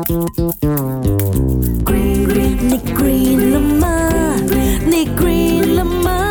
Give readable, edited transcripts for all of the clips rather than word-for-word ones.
你 green 了吗？你 green 了吗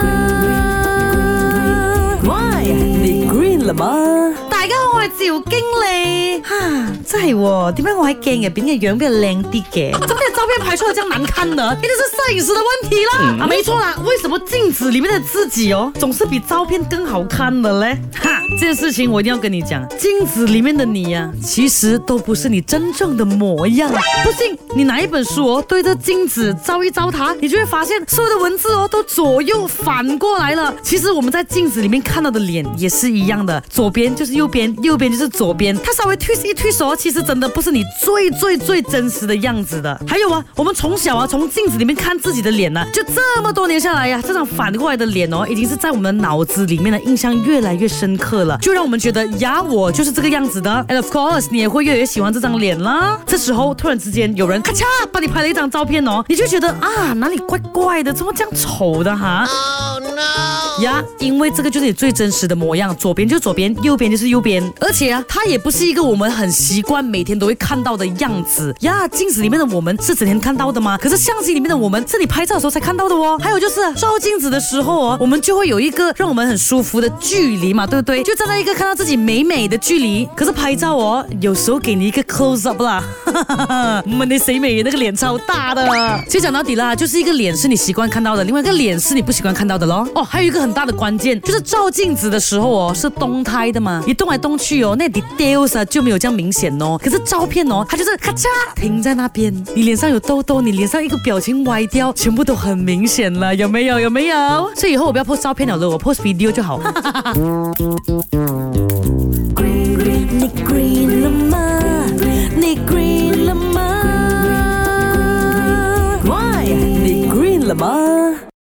？Why？ 你 green 了嗎？ 大家好，我係趙經理。真係喎，點解我喺鏡入邊嘅樣比較靚啲嘅？怎麼照片拍出來這樣難看呢？一定是攝影師的問題啦。沒錯啦，為什麼鏡子裡面的自己總是比照片更好看的嘞？這件事情我一定要跟你講，鏡子裡面的你呀，其實都不是你真正的模樣。不信你拿一本書對着鏡子照一照它，你就會發現所有的文字都左右反過來了。其實我們在鏡子裡面看到的臉也是一樣的，左邊就是右邊，右邊就是左邊，它稍微推一推手，其實真的不是你最真實的樣子的。還有我們從小從鏡子裡面看自己的臉就這麼多年下來這張反過來的臉已經是在我們的腦子裡面的印象越來越深刻了，就讓我們覺得呀，我就是這個樣子的。And of course， 你也會越來越喜歡這張臉啦。這時候突然之間有人咔嚓幫你拍了一張照片你就覺得哪裡怪怪的，怎麼這樣醜的哈？Oh no！ 呀，因為這個就是你最真實的模樣，左邊就是左邊，右邊就是右邊，而且它也不是一個我們很習慣每天都會看到的樣子呀。鏡子裡面的我們是整天看到的嗎？可是相機裡面的我們是你拍照的時候才看到的還有就是照鏡子的時候我們就會有一個讓我們很舒服的距離嘛，對不對？就站在一個看到自己美美的距離。可是拍照有時候給你一個 close up 啦，我們的誰美那個臉超大的。其實講到底啦，就是一個臉是你習慣看到的，另外一個臉是你不習慣看到的咯。還有一個很大的關鍵就是照鏡子的時候是動態的嘛，你動來動去那 details 就沒有這樣明顯可是照片它就是咔嚓停在那邊，你臉上有痘痘，你臉上一個表情歪掉，全部都很明顯了，有沒有？有沒有？所以以後我不要 post 照片了，我 post video 就好。 你 green 了嗎？你 green 了嗎？ Why？ 你 green 了嗎？